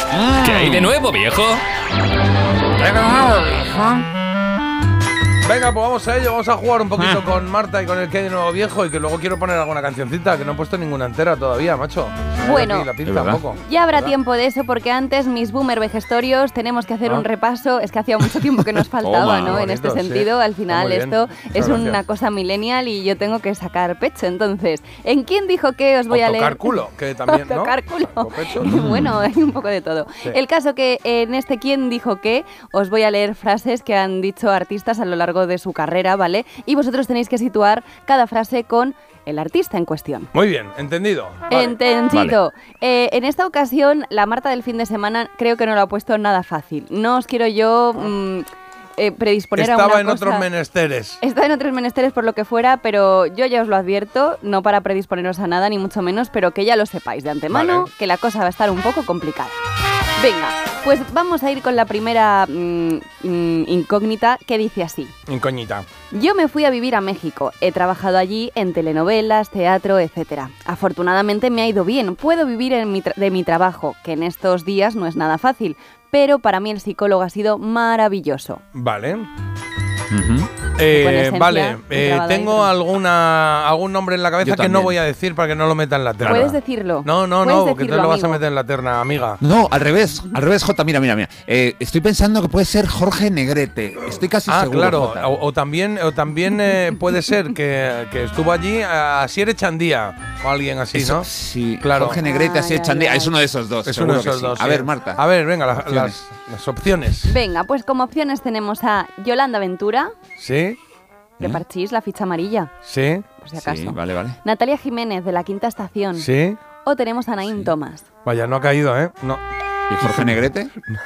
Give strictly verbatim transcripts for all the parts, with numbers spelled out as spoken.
Mm. ¿Qué hay de nuevo, viejo? ¿Qué hay de nuevo, viejo? Venga, pues vamos a ello, vamos a jugar un poquito ah. con Marta y con el que hay de nuevo viejo y que luego quiero poner alguna cancioncita, que no he puesto ninguna entera todavía, macho. Bueno, la pinta un poco, ya habrá ¿verdad? tiempo de eso porque antes mis boomer vejestorios tenemos que hacer ah. un repaso, es que hacía mucho tiempo que nos faltaba, Toma, ¿no? bonito, en este sentido, sí. al final esto Muchas es gracias. una cosa millennial y yo tengo que sacar pecho, entonces, ¿en quién dijo que os voy o a leer? tocar culo, que también, ¿no? Tocar culo. Pecho. Bueno, hay un poco de todo. Sí. El caso que en este quién dijo que os voy a leer frases que han dicho artistas a lo largo de su carrera, ¿vale? Y vosotros tenéis que situar cada frase con el artista en cuestión. Muy bien, entendido. Vale. Entendido. Vale. Eh, en esta ocasión, la Marta del fin de semana creo que no lo ha puesto nada fácil. No os quiero yo mmm, eh, predisponer Estaba a una en cosa. otros menesteres. Estaba en otros menesteres por lo que fuera, pero yo ya os lo advierto, no para predisponeros a nada, ni mucho menos, pero que ya lo sepáis de antemano, vale. que la cosa va a estar un poco complicada. Venga, pues vamos a ir con la primera mmm, mmm, incógnita que dice así. Incógnita. Yo me fui a vivir a México. He trabajado allí en telenovelas, teatro, etcétera. Afortunadamente me ha ido bien. Puedo vivir en mi de mi trabajo, que en estos días no es nada fácil. Pero para mí el psicólogo ha sido maravilloso. Vale. Uh-huh. Eh, vale, eh, tengo alguna algún nombre en la cabeza que no voy a decir para que no lo meta en la terna. ¿Puedes decirlo? No, no, no, porque tú lo vas a meter en la terna, amiga. No, al revés, al revés, Jota, mira, mira, mira. Eh, estoy pensando que puede ser Jorge Negrete. Estoy casi ah, seguro. Claro, Jota. o, o también, o también eh, puede ser que, que estuvo allí Asier Echandía o alguien así, Eso, ¿no? Sí, claro. Jorge Negrete, Asier Echandía, es uno de esos dos. Es uno de esos sí. dos. A sí. ver, Marta. A ver, venga, la, las, las opciones. Venga, pues como opciones tenemos a Yolanda Ventura. Sí. De Parchís, la ficha amarilla. Sí. Por si acaso. Sí, vale, vale. Natalia Jiménez, de La Quinta Estación. Sí. O tenemos a Naim sí. Thomas. Vaya, no ha caído, ¿eh? No. ¿Y Jorge Negrete?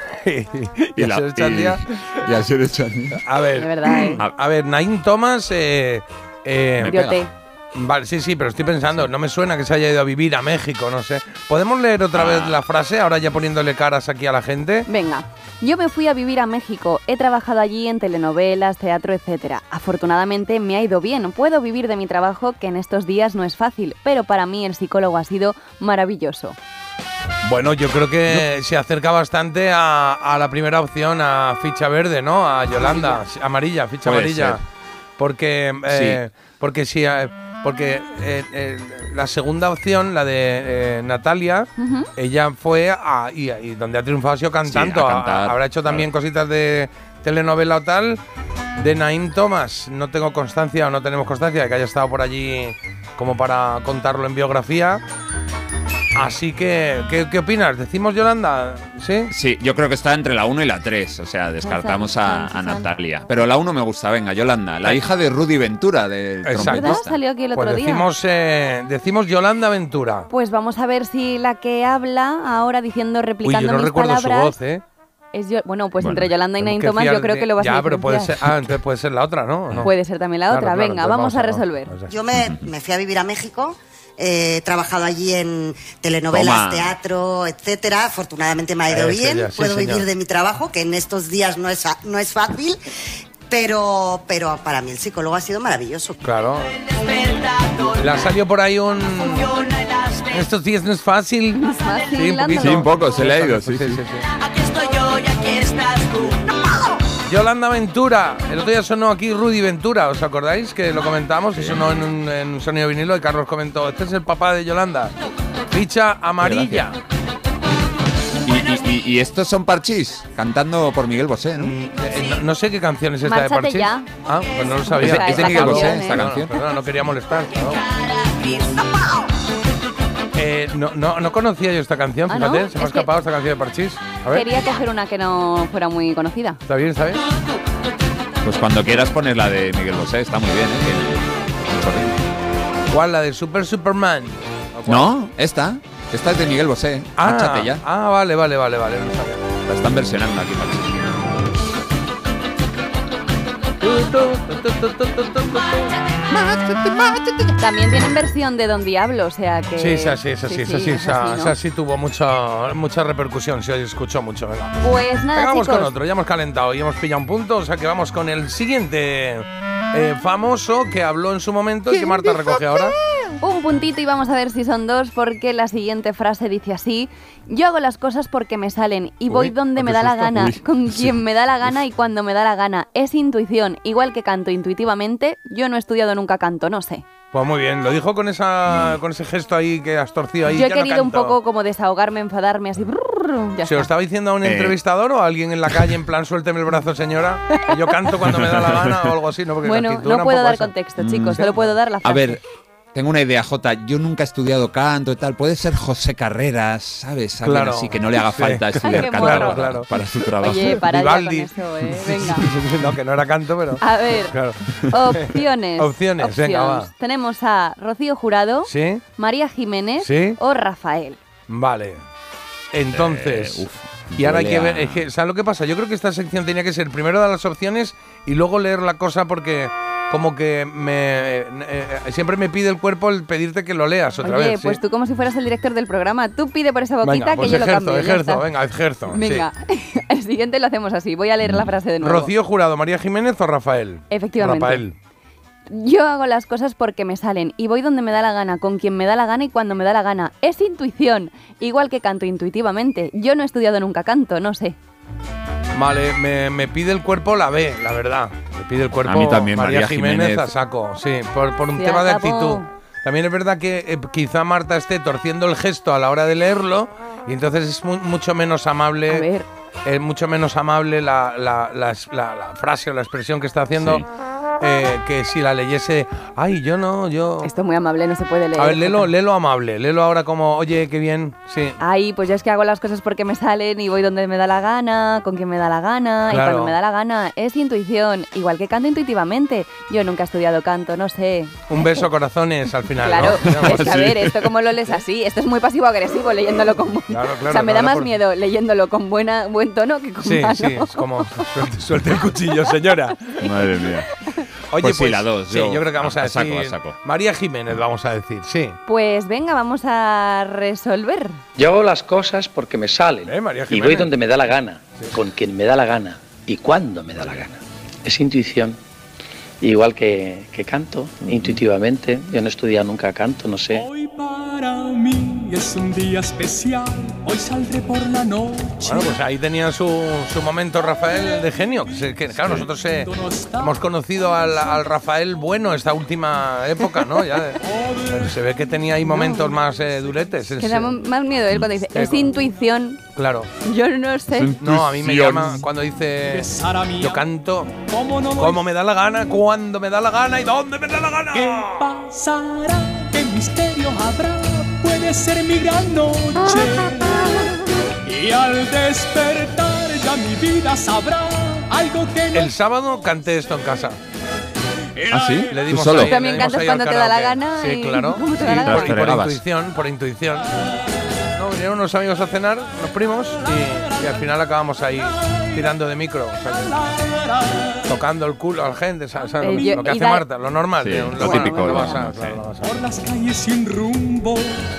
y y Asier Echandía. Y, y Asier Echandía. A ver. De verdad, ¿eh? A, a ver, Naim Thomas. Eh, eh, Diote. Vale, sí, sí, pero estoy pensando, no me suena que se haya ido a vivir a México, no sé. ¿Podemos leer otra ah. vez la frase, ahora ya poniéndole caras aquí a la gente? Venga. Yo me fui a vivir a México, he trabajado allí en telenovelas, teatro, etcétera. Afortunadamente me ha ido bien, puedo vivir de mi trabajo, que en estos días no es fácil, pero para mí el psicólogo ha sido maravilloso. Bueno, yo creo que no. se acerca bastante a, a la primera opción, a ficha verde, ¿no? A Yolanda, amarilla, ficha Puede amarilla. Ser. Porque, eh, sí. porque si... Eh, Porque eh, eh, la segunda opción, la de eh, Natalia, uh-huh. ella fue a, y, y donde ha triunfado ha sido cantando. Sí, a cantar, a, habrá hecho también claro. cositas de telenovela o tal. De Naim Thomas, no tengo constancia o no tenemos constancia de que haya estado por allí como para contarlo en biografía. Así que, ¿qué, qué opinas? ¿Decimos Yolanda? ¿Sí? Sí, yo creo que está entre la uno y la tres, o sea, descartamos a, a Natalia. Pero la uno me gusta, venga, Yolanda, la hija de Rudy Ventura, del trompetista. ¿Verdad? Salió aquí el otro pues día. Decimos, eh, decimos Yolanda Ventura. Pues vamos a ver si la que habla ahora diciendo, replicando Uy, yo no mis recuerdo palabras… su voz, ¿eh? Es yo, bueno, pues bueno, entre Yolanda y Naim Thomas yo creo de, que lo vas ya, a diferenciar. pero puede ser, ah, entonces puede ser la otra, ¿no? ¿no? Puede ser también la claro, otra. claro, Venga, vamos, vamos a resolver. Vamos. Yo me, me fui a vivir a México. He trabajado allí en telenovelas, Toma. teatro, etcétera. Afortunadamente me ha ido bien. Ya, sí, Puedo señor. vivir de mi trabajo, que en estos días no es, no es fácil. Pero, pero para mí el psicólogo ha sido maravilloso. Claro. Le ha salido por ahí un… En estos días no es fácil. No es fácil, sí, un poquito. Sí, un poco, se le ha ido. Sí, sí, sí. Aquí estoy yo y aquí estás tú. Yolanda Ventura. El otro día sonó aquí Rudy Ventura. ¿Os acordáis que lo comentamos? Y sonó en un, en un sonido vinilo y Carlos comentó: este es el papá de Yolanda. Ficha amarilla. Y, y, y, y estos son Parchís, cantando por Miguel Bosé, ¿no? Mm, eh, no, no sé qué canción es esta Márchate de Parchís. Ya. Ah, pues no lo sabía. Es, es de Miguel Bosé, esta ¿eh? canción. No, no, no quería molestar. No. Eh, no, no, no conocía yo esta canción, ¿Ah, fíjate, no? se me ha es escapado esta canción de Parchís. A ver. Quería coger una que no fuera muy conocida. ¿Está bien, está bien? Pues cuando quieras poner la de Miguel Bosé, está muy bien, ¿eh? ¿Cuál? ¿La de Super Superman? No, esta. Esta es de Miguel Bosé. Ah, Márchate ya. Ah, vale, vale, vale, vale. No sabía. La están versionando aquí, Parchís. También tienen versión de Don Diablo, o sea que… Sí, esa sí, esa sí, esa sí, esa, ¿no? esa sí tuvo mucha, mucha repercusión, sí, escuchó mucho, venga. Pues nada, venga, vamos chicos. con otro, ya hemos calentado y hemos pillado un punto, o sea que vamos con el siguiente eh, famoso que habló en su momento y que Marta recoge ahora. Un puntito y vamos a ver si son dos, porque la siguiente frase dice así: yo hago las cosas porque me salen y voy Uy, donde me ¿qué da es la esto? gana, Uy, con sí. quien me da la gana y cuando me da la gana. Es intuición, igual que canto intuitivamente. Yo no he estudiado nunca canto, no sé. Pues muy bien, lo dijo con esa con ese gesto ahí que has torcido ahí. Yo he ya no querido un canto. poco como desahogarme, enfadarme así. brrr, ya ¿Se lo está. estaba diciendo a un Eh. entrevistador o a alguien en la calle en plan suélteme el brazo, señora? Que yo canto cuando me da la gana o algo así, ¿no? Porque la Bueno, actitud no era un puedo poco dar esa. contexto, chicos, solo puedo dar la frase. A ver, tengo una idea, Jota. Yo nunca he estudiado canto y tal. Puede ser José Carreras, ¿sabes? Alguien Claro. así que no le haga Sí. falta estudiar Qué canto morro. para, Claro. para su trabajo. Oye, para ya con Vivaldi. eso, ¿eh? Venga. No, que no era canto, pero... A ver, Claro. opciones. Opciones, venga, va. Tenemos a Rocío Jurado, ¿Sí? María Jiménez Sí. o Rafael. Vale. Entonces... Eh, uf, y ahora hay que huele ver... a- Es que, ¿sabes lo que pasa? Yo creo que esta sección tenía que ser primero dar las opciones y luego leer la cosa porque... Como que me eh, eh, siempre me pide el cuerpo el pedirte que lo leas otra Oye, vez. pues ¿sí? tú como si fueras el director del programa, tú pide por esa boquita Venga, pues que yo lo ejerzo, cambio. ya ejerzo, está. venga, ejerzo. sí. Venga, el siguiente lo hacemos así. Voy a leer la frase de nuevo. Rocío Jurado, María Jiménez o Rafael. Efectivamente. Rafael. Yo hago las cosas porque me salen y voy donde me da la gana, con quien me da la gana y cuando me da la gana. Es intuición, igual que canto intuitivamente. Yo no he estudiado nunca canto, no sé. Vale, me, me pide el cuerpo la B, la verdad. Me pide el cuerpo A mí también, María, María Jiménez, Jiménez. a saco, sí, por, por un Se tema de acabó. actitud. También es verdad que eh, quizá Marta esté torciendo el gesto a la hora de leerlo y entonces es mu- mucho menos amable. A ver. Es mucho menos amable la, la, la, la- la frase o la expresión que está haciendo Sí. eh, que si la leyese. Ay, yo no, yo. Esto es muy amable, no se puede leer. A ver, léelo, Jota. léelo amable, léelo ahora como, oye, qué bien, sí. Ay, pues yo es que hago las cosas porque me salen y voy donde me da la gana, con quien me da la gana y Claro. cuando me da la gana. Es intuición, igual que canto intuitivamente. Yo nunca he estudiado canto, no sé. Un beso, corazones, al final. Claro, ¿no? Digamos. es que a ver, esto como lo lees así, esto es muy pasivo-agresivo leyéndolo con buen... Claro, claro, O sea, me da claro, más por- miedo leyéndolo con buena, buen tono que con Sí, malo. sí, es como suelte, suelte el cuchillo, señora. Madre mía. Oye, Pues pues, sí, la dos, Sí, yo- yo creo que vamos a, a decir saco, a saco. María Jiménez, vamos a decir, sí. Pues venga, vamos a resolver. Yo hago las cosas porque me salen Eh, María y Jiménez. voy donde me da la gana, con quien me da la gana y cuando me da la gana. Es intuición. Igual que, que canto, intuitivamente. Yo no he estudiado nunca canto, no sé. Hoy para mí es un día especial, hoy saldré por la noche. Bueno, pues ahí tenía su, su momento Rafael de genio. Que, se- que, claro, nosotros eh, hemos conocido al, al Rafael bueno esta última época, ¿no? Ya, eh, se ve que tenía ahí momentos más eh, duretes. Que Es, da eh, más miedo él cuando dice, ¿Qué? es intuición. Claro. Yo no sé. No, a mí me Intuición. llama cuando dice Besar a mi yo am- canto ¿Cómo no lo como me da la gana, cuando me da la gana y dónde me da la gana. ¿Qué pasará? ¿Qué misterio habrá? Puede ser mi gran noche. Y al despertar ya mi vida sabrá algo que no El sábado canté esto en casa. ¿Ah, sí? Le ¿Tú dimos solo? ahí, Tú también le dimos cantas ahí al cuando te da la karaoke. gana Sí, y claro. cómo te da la Y gana. por, y por Fregabas. intuición, por intuición. No, vinieron unos amigos a cenar, unos primos, y, y al final acabamos ahí tirando de micro, o sea, que- tocando el culo a la gente, ¿sabes? ¿Sabes? Eh, Lo, yo- lo que y hace da- Marta, lo normal. Sí, de lo bueno, típico, lo lo- vas a- sí. claro, lo vas a- por las calles sin rumbo.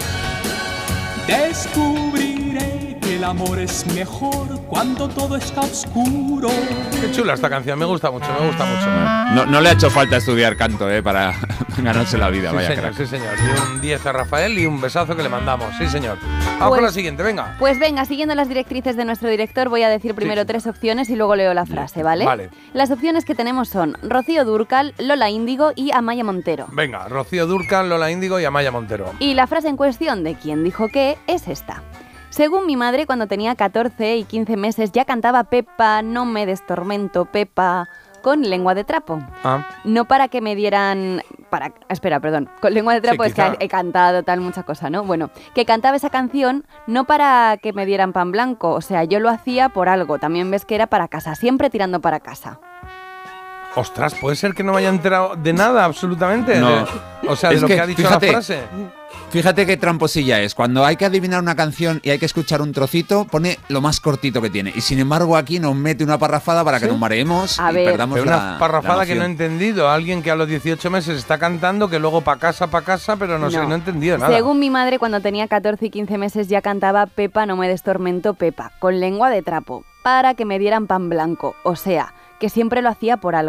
Descubriré que el amor es mejor cuando todo está oscuro. Qué chula esta canción, me gusta mucho, me gusta mucho. No, no le ha hecho falta estudiar canto, ¿eh? Para ganarse la vida, Sí, vaya señor, crack. sí, señor. Y un diez a Rafael y un besazo que le mandamos. Sí, señor. Vamos Pues- con la siguiente, venga. Pues venga, siguiendo las directrices de nuestro director, voy a decir primero Sí. tres opciones y luego leo la frase, ¿vale? Vale. Las opciones que tenemos son Rocío Dúrcal, Lola Índigo y Amaya Montero. Venga, Rocío Dúrcal, Lola Índigo y Amaya Montero. Y la frase en cuestión de quién dijo qué es esta. Según mi madre, cuando tenía catorce y quince meses ya cantaba Pepa, no me destormento, Pepa, con lengua de trapo. Ah, No para que me dieran... para Espera, perdón. Con lengua de trapo Sí, es que quizá. he cantado tal, mucha cosa, ¿no? Bueno, que cantaba esa canción no para que me dieran pan blanco. O sea, yo lo hacía por algo. También ves que era para casa, siempre tirando para casa. ostras, puede ser que no me haya enterado de nada, absolutamente. No. De- o sea, de Es lo que, que, ha dicho fíjate, la frase. Fíjate qué tramposilla es. Cuando hay que adivinar una canción y hay que escuchar un trocito, pone lo más cortito que tiene. Y sin embargo aquí nos mete una parrafada para que ¿Sí? nos mareemos A y ver. perdamos Pero la una parrafada la que no he noción. entendido. Alguien que a los dieciocho meses está cantando, que luego pa' casa, pa' casa, pero no, sé, no he entendido nada. Según mi madre, cuando tenía catorce y quince meses ya cantaba Pepa, no me destormento, Pepa, con lengua de trapo, para que me dieran pan blanco. O sea, que siempre lo hacía por algo.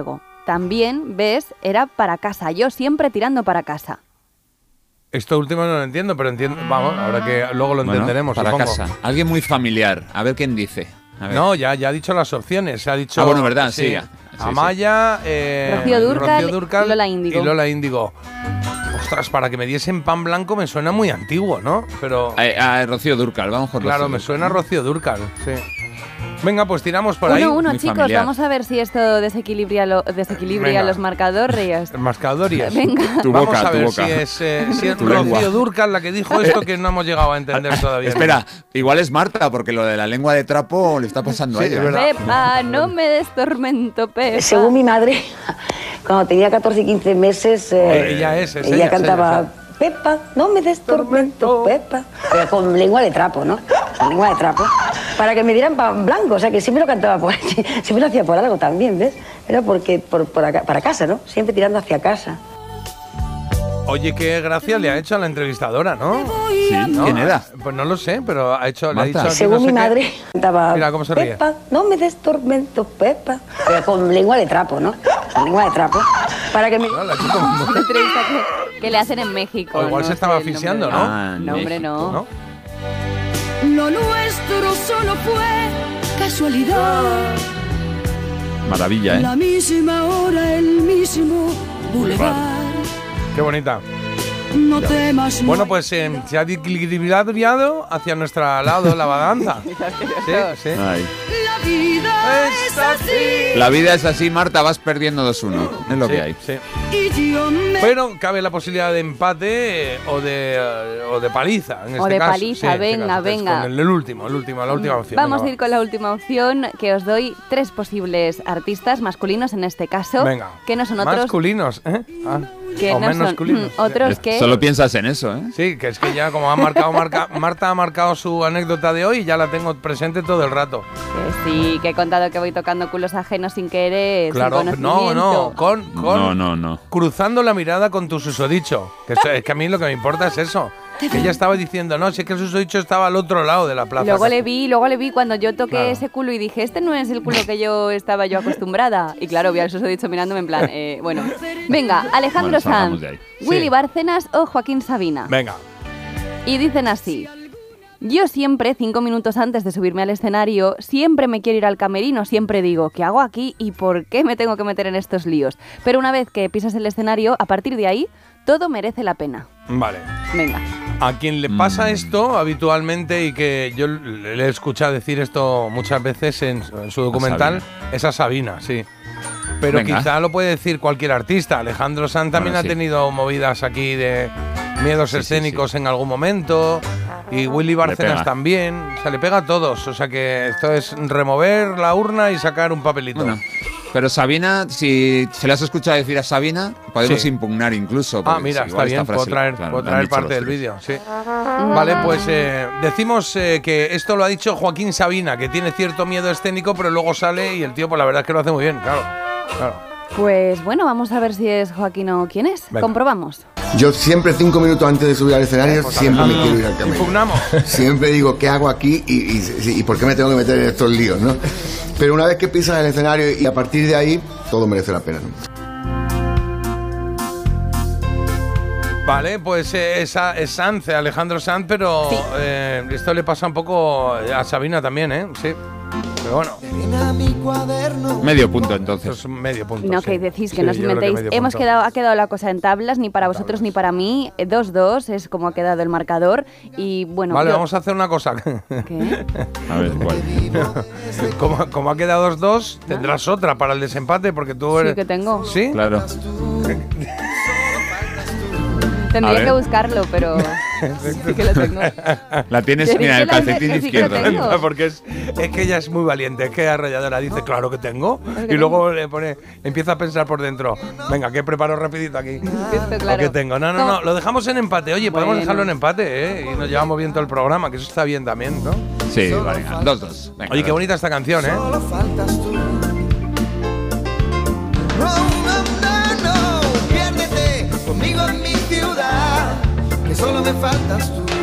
también, ves, era para casa. Yo siempre tirando para casa. Esto último no lo entiendo, pero entiendo. Vamos, ahora que luego lo Bueno, entenderemos. para supongo. casa. Alguien muy familiar. A ver quién dice. A ver. No, ya, ya ha dicho las opciones. Se ha dicho. Ah, bueno, verdad, sí. sí, sí Amaya, eh, Rocío Dúrcal, Rocío Dúrcal y Lola Índigo. Y Lola Índigo. Ostras, para que me diesen pan blanco me suena muy antiguo, ¿no? Pero. A, a Rocío Dúrcal, vamos con Claro, Rocío me Dúrcal. suena a Rocío Dúrcal, sí. Venga, pues tiramos por ahí. Uno, uno, Muy chicos, familiar. vamos a ver si esto desequilibra, lo, desequilibra Venga. los marcadores. Mascadorias. Venga. Tu Vamos boca, a ver tu boca. si es, eh, si es Tu Rocío lengua. Dúrcal la que dijo esto que no hemos llegado a entender todavía. Espera, igual es Marta, porque lo de la lengua de trapo le está pasando Sí, a ella. es ¿eh? verdad. Pepa, no me des tormento, Pepa. Según mi madre, cuando tenía catorce y quince meses, eh, Ella es, es ella ella, cantaba, es ella, Pepa, no me des tormento, Pepa. Pero con lengua de trapo, ¿no? Con lengua de trapo. Para que me dieran pan blanco, o sea que siempre lo cantaba por siempre lo hacía por algo también, ¿ves? Era porque, por, por acá- para casa, ¿no? Siempre tirando hacia casa. Oye, qué gracia le ha hecho a la entrevistadora, ¿no? Sí, ¿No? ¿quién era? Pues no lo sé, pero ha hecho, le ha Marta. dicho aquí Según no sé mi qué. madre, cantaba, Mira cómo se ríe. Pepa, no me des tormento, Pepa. Pero con lengua de trapo, ¿no? Con lengua de trapo. Para que me... No, la ha hecho como- Una entrevista que, que le hacen en México. O igual no se estaba sé el asfixiando, nombre. ¿no? Ah, No, hombre, no. ¿No? Lo nuestro solo fue casualidad. Maravilla, ¿eh? La misma hora, el mismo boulevard. Qué bonita. No temas, no Bueno, pues eh, se ha equilibrado hacia nuestro lado la balanza. Sí, sí. Ay. La vida es así. La vida es así, Marta, vas perdiendo dos uno. Es lo Sí, que hay. sí. Y yo me... Pero cabe la posibilidad de empate eh, o de eh, o de paliza. En O este de caso. paliza, Sí, en este venga, caso, es venga. con el, el último, el último, la última opción. Vamos Venga, a ir con la última opción, que os doy tres posibles artistas masculinos en este caso. Venga. Que no son otros. Masculinos, ¿eh? Ah, Que o no menos son culinos. mm, otros que. Solo piensas en eso, ¿eh? Sí, que es que ya como ha marcado Marca, Marta ha marcado su anécdota de hoy y ya la tengo presente todo el rato. Que sí, que he contado que voy tocando culos ajenos sin querer. Claro, sin no, conocimiento. no, con, con No, no, no. cruzando la mirada con tu susodicho. Que eso- es que a mí lo que me importa es eso. Que ella estaba diciendo, no, si es que el susodicho estaba al otro lado de la plaza. Luego le vi, luego le vi cuando yo toqué Claro. ese culo y dije, este no es el culo que yo estaba yo acostumbrada. Y claro, vi al susodicho mirándome en plan, eh, bueno. Venga, Alejandro Bueno, salgamos Sanz, de ahí. Willy Sí. Bárcenas o Joaquín Sabina. Venga. Y dicen así. Yo siempre, cinco minutos antes de subirme al escenario, siempre me quiero ir al camerino, siempre digo, ¿qué hago aquí y por qué me tengo que meter en estos líos? Pero una vez que pisas el escenario, a partir de ahí, todo merece la pena. Vale. Venga. A quien le pasa Mm. esto habitualmente y que yo le he escuchado decir esto muchas veces en, en su documental, es a Sabina, sí. Pero Venga. quizá lo puede decir cualquier artista. Alejandro Sanz también Bueno, ha sí. tenido movidas aquí de miedos Sí, sí, escénicos en algún momento. Y Willy Bárcenas pega. también. O sea, le pega a todos. O sea que esto es remover la urna y sacar un papelito. Bueno, pero Sabina, si se le has escuchado decir a Sabina, podemos Sí. impugnar incluso. Ah, porque mira, si está igual esta bien, puedo frase- traer, claro, puedo lo han traer dicho parte los del tres. vídeo, sí. Vale, pues eh, decimos eh, que esto lo ha dicho Joaquín Sabina, que tiene cierto miedo escénico, pero luego sale y el tío, pues la verdad es que lo hace muy bien, claro. claro. Pues bueno, vamos a ver si es Joaquín o quién es. Venga. Comprobamos. Yo siempre cinco minutos antes de subir al escenario, Pues siempre me Alejandro, quiero ir al camerino. impugnamos. Siempre digo, ¿qué hago aquí y, y, y por qué me tengo que meter en estos líos, no? Pero una vez que pisas el escenario y a partir de ahí, todo merece la pena, ¿no? Vale, pues eh, es, a- es Sanz, eh, Alejandro Sanz, pero Sí. eh, esto le pasa un poco a Sabina también, ¿eh? Sí. Pero bueno, Medio punto, esto entonces. es medio punto. No, sí. que decís que Sí, no os yo creo que metéis. medio Hemos punto. quedado, ha quedado la cosa en tablas, ni para vosotros ni para mí. Eh, dos dos es como ha quedado el marcador. Y bueno, Vale, yo- vamos a hacer una cosa. ¿Qué? A ver, ¿cuál? como, como ha quedado dos dos, tendrás otra para el desempate, porque tú Sí eres... que tengo. ¿Sí? Claro. Tendría A que ver. buscarlo, pero sí que lo tengo. La tienes, Que mira, dice el la- calcetín que sí que lo izquierdo. tengo. No, porque es, es que ella es muy valiente, es que arrolladora dice, claro que tengo, Claro que y luego le pone, empieza a pensar por dentro, venga, que preparo rapidito aquí. Esto, claro. Lo que tengo. No, no, no, lo dejamos en empate. Oye, podemos Bueno. dejarlo en empate, ¿eh? Y nos llevamos bien todo el programa, que eso está bien también, ¿no? Sí, vale, dos, dos. Venga, Oye, qué dos. bonita esta canción, ¿eh? Solo faltas tú. No, no, no, no, piérdete conmigo en mi ciudad, que solo me faltas tú.